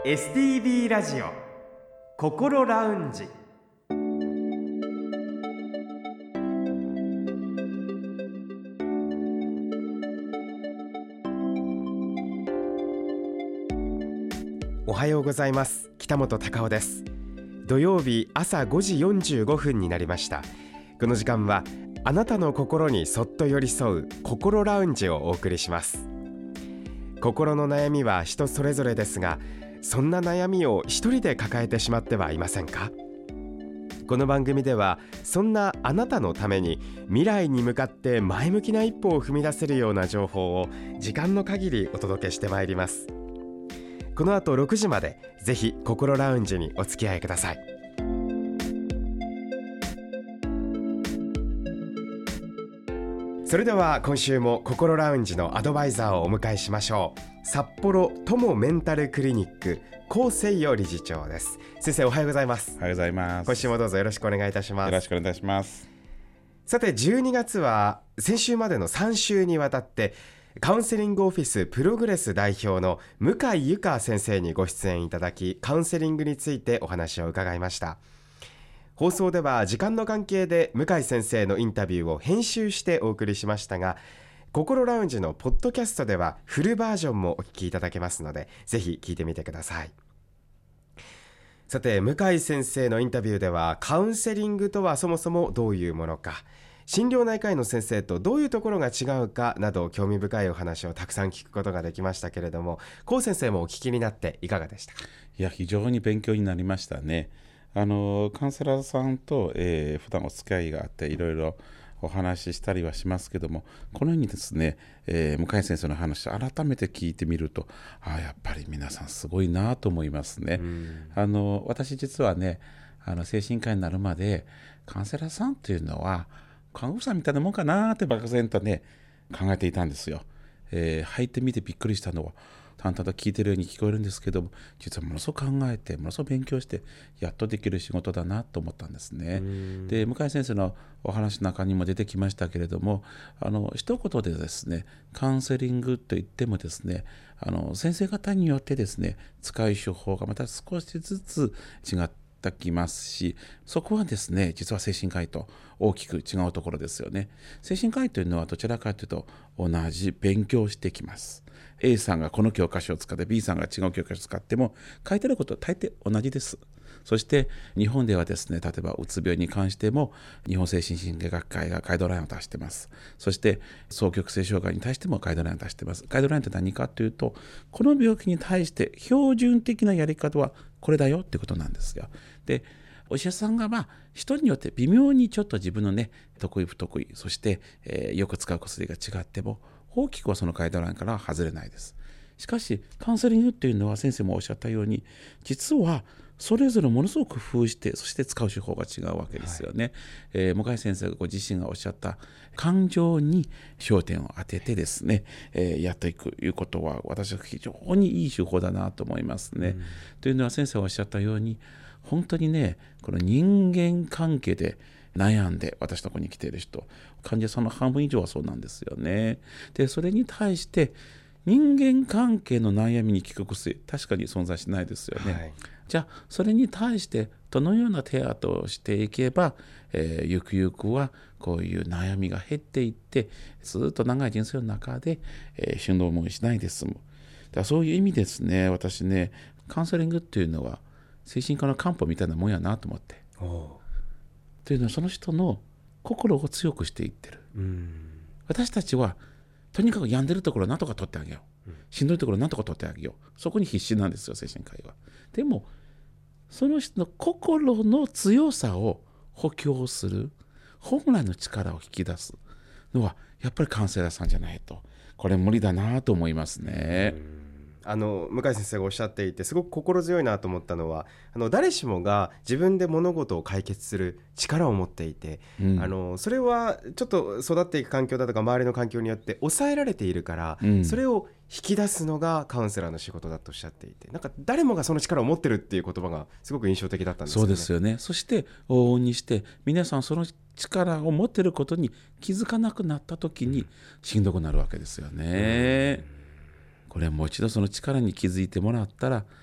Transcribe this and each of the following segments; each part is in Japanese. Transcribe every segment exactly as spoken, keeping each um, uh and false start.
エスティービー ラジオ心ラウンジ。おはようございます。北本隆夫です。土曜日朝ごじよんじゅうごふんになりました。この時間はあなたの心にそっと寄り添う心ラウンジをお送りします。心の悩みは人それぞれですが、そんな悩みを一人で抱えてしまってはいませんか？この番組ではそんなあなたのために未来に向かって前向きな一歩を踏み出せるような情報を時間の限りお届けしてまいります。この後ろくじまでぜひ心ラウンジにお付き合いください。それでは今週も心ラウンジのアドバイザーをお迎えしましょう。札幌友メンタルクリニック高誠代理事長です。先生、おはようございます。 おはようございます。 今週もどうぞよろしくお願いいたします。 よろしくお願いします。 さて、じゅうにがつは先週までのさん週にわたってカウンセリングオフィスプログレス代表の向井由香先生にご出演いただき、カウンセリングについてお話を伺いました。放送では時間の関係で向井先生のインタビューを編集してお送りしましたが、心ラウンジのポッドキャストではフルバージョンもお聞きいただけますので、ぜひ聞いてみてください。さて、向井先生のインタビューではカウンセリングとはそもそもどういうものか、心療内科医の先生とどういうところが違うかなど興味深いお話をたくさん聞くことができましたけれども、高先生もお聞きになっていかがでしたか？ いや、非常に勉強になりましたね。あのカウンセラーさんと、えー、普段お付き合いがあっていろいろお話ししたりはしますけども、このようにですね、えー、向井先生の話を改めて聞いてみると、あやっぱり皆さんすごいなと思いますね。あの私実はね、あの精神科医になるまでカウンセラーさんというのは看護婦さんみたいなもんかなって漠然とね考えていたんですよ。えー、入ってみてびっくりしたのは、淡々と聞いてるように聞こえるんですけども、実はものすごく考えてものすごく勉強してやっとできる仕事だなと思ったんですね。で、向井先生のお話の中にも出てきましたけれども、あの一言でですね、カウンセリングといってもですね、あの先生方によってですね、使い手法がまた少しずつ違ってきますし、そこはですね、実は精神科医と大きく違うところですよね。精神科医というのはどちらかというと同じ勉強をしてきます。A さんがこの教科書を使って B さんが違う教科書を使っても書いてあることは大抵同じです。そして日本ではですね、例えばうつ病に関しても日本精神神経学会がガイドラインを出しています。そして双極性障害に対してもガイドラインを出しています。ガイドラインって何かというと、この病気に対して標準的なやり方はこれだよってことなんですよ。で、お医者さんがまあ人によって微妙にちょっと自分のね得意不得意、そして、えー、よく使う薬が違っても大きくはそのガイドラインからは外れないです。しかしカウンセリングっていうのは先生もおっしゃったように、実はそれぞれものすごく工夫して、そして使う手法が違うわけですよね。はい、えー、向井先生がご自身がおっしゃった感情に焦点を当ててですね、えー、やっていくということは私は非常にいい手法だなと思いますね。うん、というのは先生がおっしゃったように、本当にね、この人間関係で悩んで私のところに来ている人、患者さんの半分以上はそうなんですよね。で、それに対して人間関係の悩みに効く薬、確かに存在しないですよね。はい、じゃあそれに対してどのような手当てをしていけば、えー、ゆくゆくはこういう悩みが減っていって、ずっと長い人生の中で、えー、しんどい思いしないで済む。だからそういう意味ですね、私ね、カウンセリングっていうのは精神科の漢方みたいなもんやなと思って。というのは、その人の心を強くしていってる。うん、私たちはとにかく病んでるところを何とか取ってあげよう、うん、しんどいところを何とか取ってあげよう、そこに必死なんですよ、精神科医は。でもその人の心の強さを補強する、本来の力を引き出すのはやっぱりカウンセラーさんじゃないとこれ無理だなと思いますね。うん、 あの向井先生がおっしゃっていてすごく心強いなと思ったのは、あの誰しもが自分で物事を解決する力を持っていて、うん、あのそれはちょっと育っていく環境だとか周りの環境によって抑えられているから、うん、それを引き出すのがカウンセラーの仕事だとおっしゃっていて、なんか誰もがその力を持ってるっていう言葉がすごく印象的だったんですよね。 そうですよね。そして往々にして皆さんその力を持ってることに気づかなくなった時にしんどくなるわけですよね。うん、これはもう一度その力に気づいてもらったら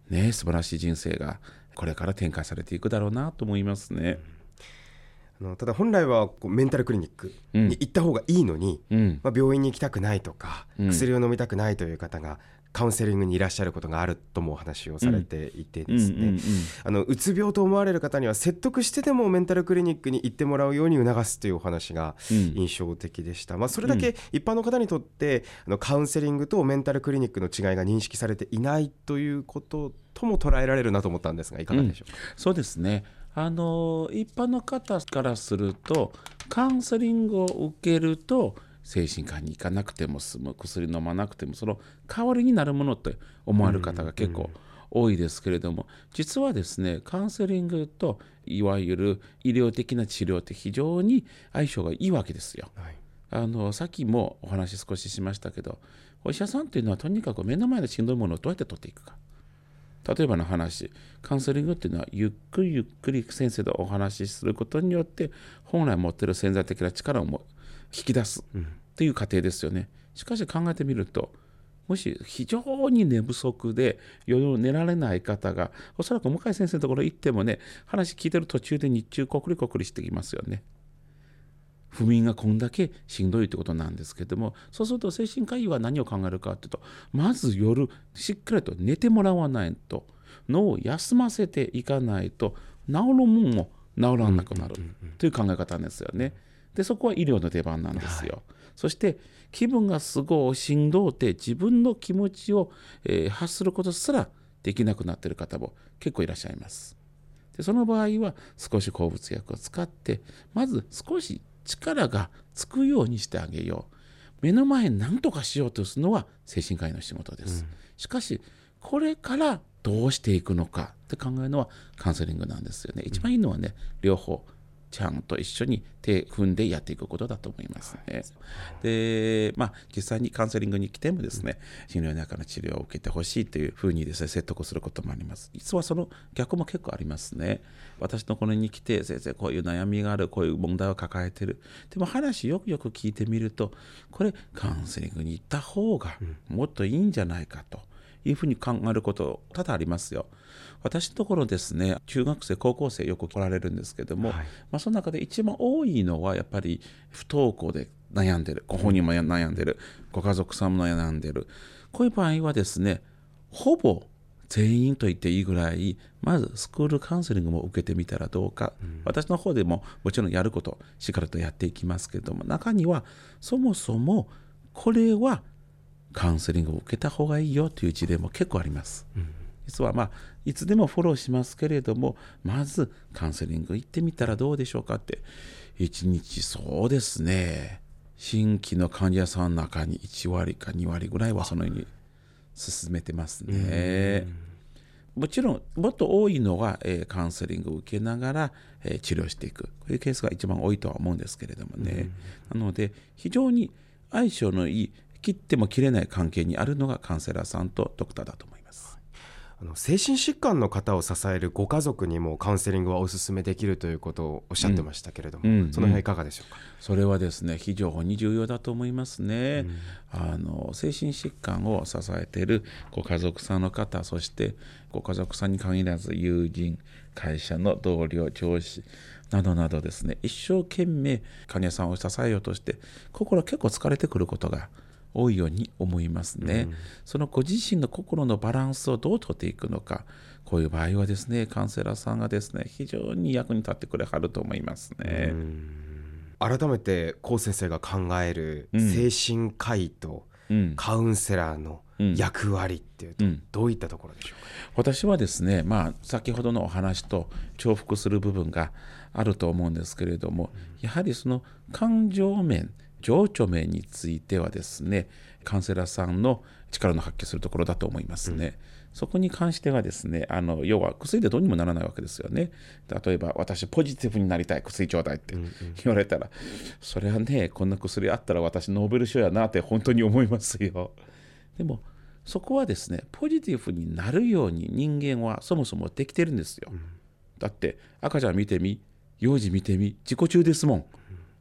ね、素晴らしい人生がこれから展開されていくだろうなと思いますね。 あのただ本来はこうメンタルクリニックに行った方がいいのに、うんまあ、病院に行きたくないとか、うん、薬を飲みたくないという方がカウンセリングにいらっしゃることがあるともお話をされていてですね、うんうんうんうん、あのうつ病と思われる方には説得してでもメンタルクリニックに行ってもらうように促すというお話が印象的でした、うんまあ、それだけ一般の方にとってあのカウンセリングとメンタルクリニックの違いが認識されていないということとも捉えられるなと思ったんですがいかがでしょうか。 うん、そうですね、あの一般の方からするとカウンセリングを受けると精神科に行かなくても済む、薬飲まなくてもその代わりになるものって思われる方が結構多いですけれども、実はですねカウンセリングといわゆる医療的な治療って非常に相性がいいわけですよ、はい、あのさっきもお話少ししましたけど、お医者さんっていうのはとにかく目の前でしんどいものをどうやって取っていくか。例えばの話、カウンセリングっていうのはゆっくりゆっくり先生とお話しすることによって本来持っている潜在的な力をも引き出すという過程ですよね。しかし考えてみると、もし非常に寝不足で夜寝られない方がおそらく向井先生のところ行ってもね、話聞いてる途中で日中こくりこくりしてきますよね。不眠がこんだけしんどいということなんですけども、そうすると精神科医は何を考えるかというと、まず夜しっかりと寝てもらわないと、脳を休ませていかないと治るもんも治らなくなるという考え方ですよね。でそこは医療の出番なんですよ、はい、そして気分がすごいしんどうて自分の気持ちを、えー、発することすらできなくなっている方も結構いらっしゃいます。でその場合は少し抗うつ薬を使ってまず少し力がつくようにしてあげよう。目の前に何とかしようとするのは精神科医の仕事です、うん、しかしこれからどうしていくのかって考えるのはカウンセリングなんですよね。一番いいのはね、両方ちゃんと一緒に手踏んでやっていくことだと思いますね、はい、で、まあ、実際にカウンセリングに来てもですね、心療内科の治療を受けてほしいというふうにですね説得することもあります。実はその逆も結構ありますね。私のころに来て、先生こういう悩みがある、こういう問題を抱えてる、でも話よくよく聞いてみると、これカウンセリングに行った方がもっといいんじゃないかというふうに考えること多々ありますよ。私のところですね、中学生高校生よく来られるんですけども、はい、まあ、その中で一番多いのはやっぱり不登校で悩んでる、ご本人も悩んでる、ご家族さんも悩んでる、こういう場合はですね、ほぼ全員と言っていいぐらいまずスクールカウンセリングも受けてみたらどうか、うん、私の方でももちろんやることしっかりとやっていきますけども、中にはそもそもこれはカウンセリングを受けた方がいいよという事例も結構あります、うん、実はまあいつでもフォローしますけれども、まずカウンセリング行ってみたらどうでしょうかって、いちにちそうですね、新規の患者さんの中にいちわりかにわりぐらいはそのように進めてますね。もちろんもっと多いのは、えー、カウンセリングを受けながら、えー、治療していく、こういうケースが一番多いとは思うんですけれどもね。なので非常に相性のいい、切っても切れない関係にあるのがカウンセラーさんとドクターだと思います。 あの精神疾患の方を支えるご家族にもカウンセリングはお勧めできるということをおっしゃってましたけれども、うんうん、その辺はいかがでしょうか。 それはですね、非常に重要だと思いますね、うん、あの精神疾患を支えているご家族さんの方、そしてご家族さんに限らず友人、会社の同僚、上司などなどですね、一生懸命患者さんを支えようとして心結構疲れてくることが多いように思いますね、うん、そのご自身の心のバランスをどうとっていくのか、こういう場合はですね、カウンセラーさんがですね非常に役に立ってくれはると思いますね。うん、 改めて高先生が考える精神科医とカウンセラーの役割っていうとどういったところでしょうか。 うん、私はですね、まあ、先ほどのお話と重複する部分があると思うんですけれども、やはりその感情面、情緒面についてはですね、カウンセラーさんの力の発揮するところだと思いますね。うん、そこに関してはですね、あの要は薬でどうにもならないわけですよね。例えば私ポジティブになりたい、薬ちょうだいって言われたら、うんうん、それはね、こんな薬あったら私ノーベル賞やなって本当に思いますよ。でもそこはですね、ポジティブになるように人間はそもそもできてるんですよ。うん、だって赤ちゃん見てみ、幼児見てみ、自己中ですもん。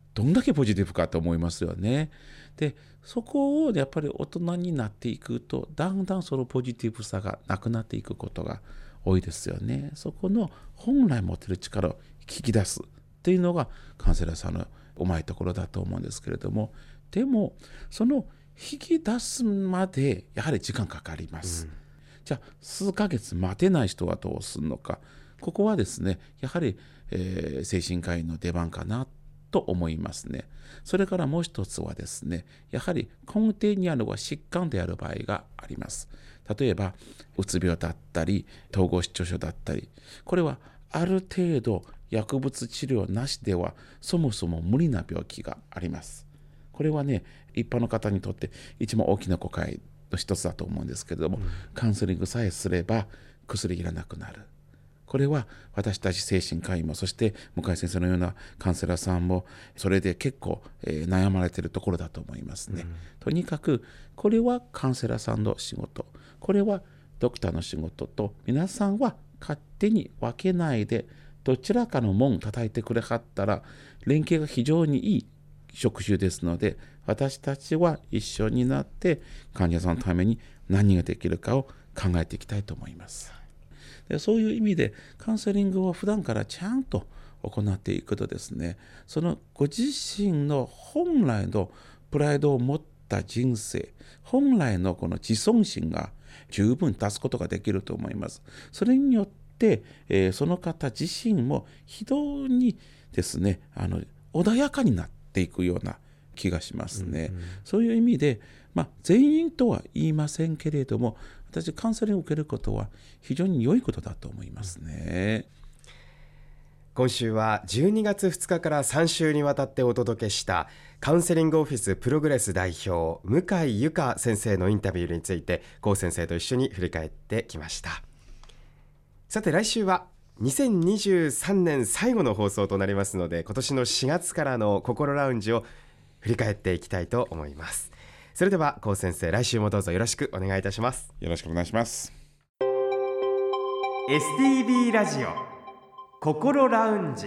どんだけポジティブかと思いますよね。でそこをやっぱり大人になっていくとだんだんそのポジティブさがなくなっていくことが多いですよね。そこの本来持っている力を引き出すっていうのがカウンセラーさんのうまいところだと思うんですけれども、でもその引き出すまでやはり時間かかります、うん、じゃあ数ヶ月待てない人はどうするのか。ここはですねやはり、えー、精神科医の出番かなと思いますね。それからもう一つはですねやはり根底にあるのは疾患である場合があります。例えばうつ病だったり統合失調症だったり、これはある程度薬物治療なしではそもそも無理な病気があります。これはね一般の方にとって一番大きな誤解の一つだと思うんですけれども、うん、カウンセリングさえすれば薬いらなくなる。これは私たち精神科医もそして向井先生のようなカウンセラーさんもそれで結構、えー、悩まれているところだと思いますね、うん、とにかくこれはカウンセラーさんの仕事、これはドクターの仕事と皆さんは勝手に分けないでどちらかの門叩いてくれはったら連携が非常にいい職種ですので、私たちは一緒になって患者さんのために何ができるかを考えていきたいと思います。でそういう意味でカウンセリングを普段からちゃんと行っていくとですね、そのご自身の本来のプライドを持った人生、本来のこの自尊心が十分出すことができると思います。それによって、えー、その方自身も非常にですねあの穏やかになっていくような気がしますね、うんうん、そういう意味で、まあ、全員とは言いませんけれども私カウンセリングを受けることは非常に良いことだと思いますね、うん、 今週はじゅうにがつふつかからさん週にわたってお届けしたカウンセリングオフィスプログレス代表向井由香先生のインタビューについて高先生と一緒に振り返ってきました。さて来週はにせんにじゅうさんねん最後の放送となりますので、今年のしがつからの心ラウンジを振り返っていきたいと思います。それでは高先生、来週もどうぞよろしくお願いいたします。 よろしくお願いします。 エスティービー ラジオ心ラウンジ。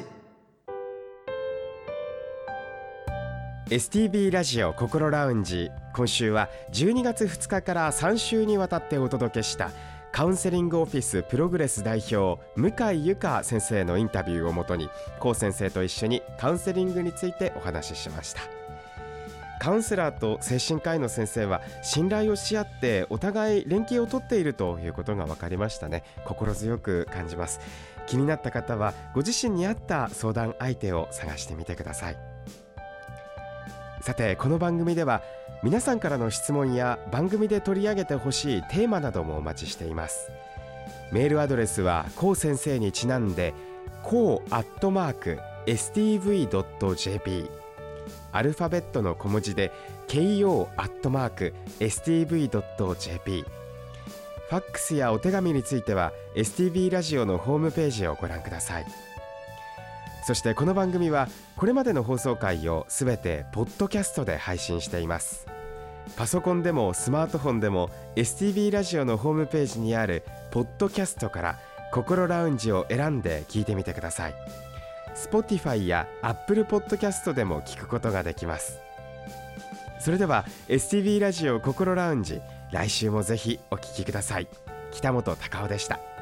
エスティービー ラジオ心ラウンジ、今週はじゅうにがつふつかからさん週にわたってお届けしたカウンセリングオフィスプログレス代表向井由香先生のインタビューをもとに高先生と一緒にカウンセリングについてお話ししました。カウンセラーと精神科医の先生は信頼をし合ってお互い連携をとっているということが分かりましたね。心強く感じます。気になった方はご自身に合った相談相手を探してみてください。さてこの番組では皆さんからの質問や番組で取り上げてほしいテーマなどもお待ちしています。メールアドレスは高先生にちなんで高アットマーク エスティーブイドットジェーピー、 アルファベットの小文字で ケーオー アットマーク エスティーブイドットジェーピー、 ファックスやお手紙については エスティービー ラジオのホームページをご覧ください。そしてこの番組はこれまでの放送回をすべてポッドキャストで配信しています。パソコンでもスマートフォンでも エスティービー ラジオのホームページにあるポッドキャストから心ラウンジを選んで聞いてみてください。 Spotify や Apple Podcast でも聞くことができます。それでは エスティービー ラジオ心ラウンジ、来週もぜひお聞きください。北本隆夫でした。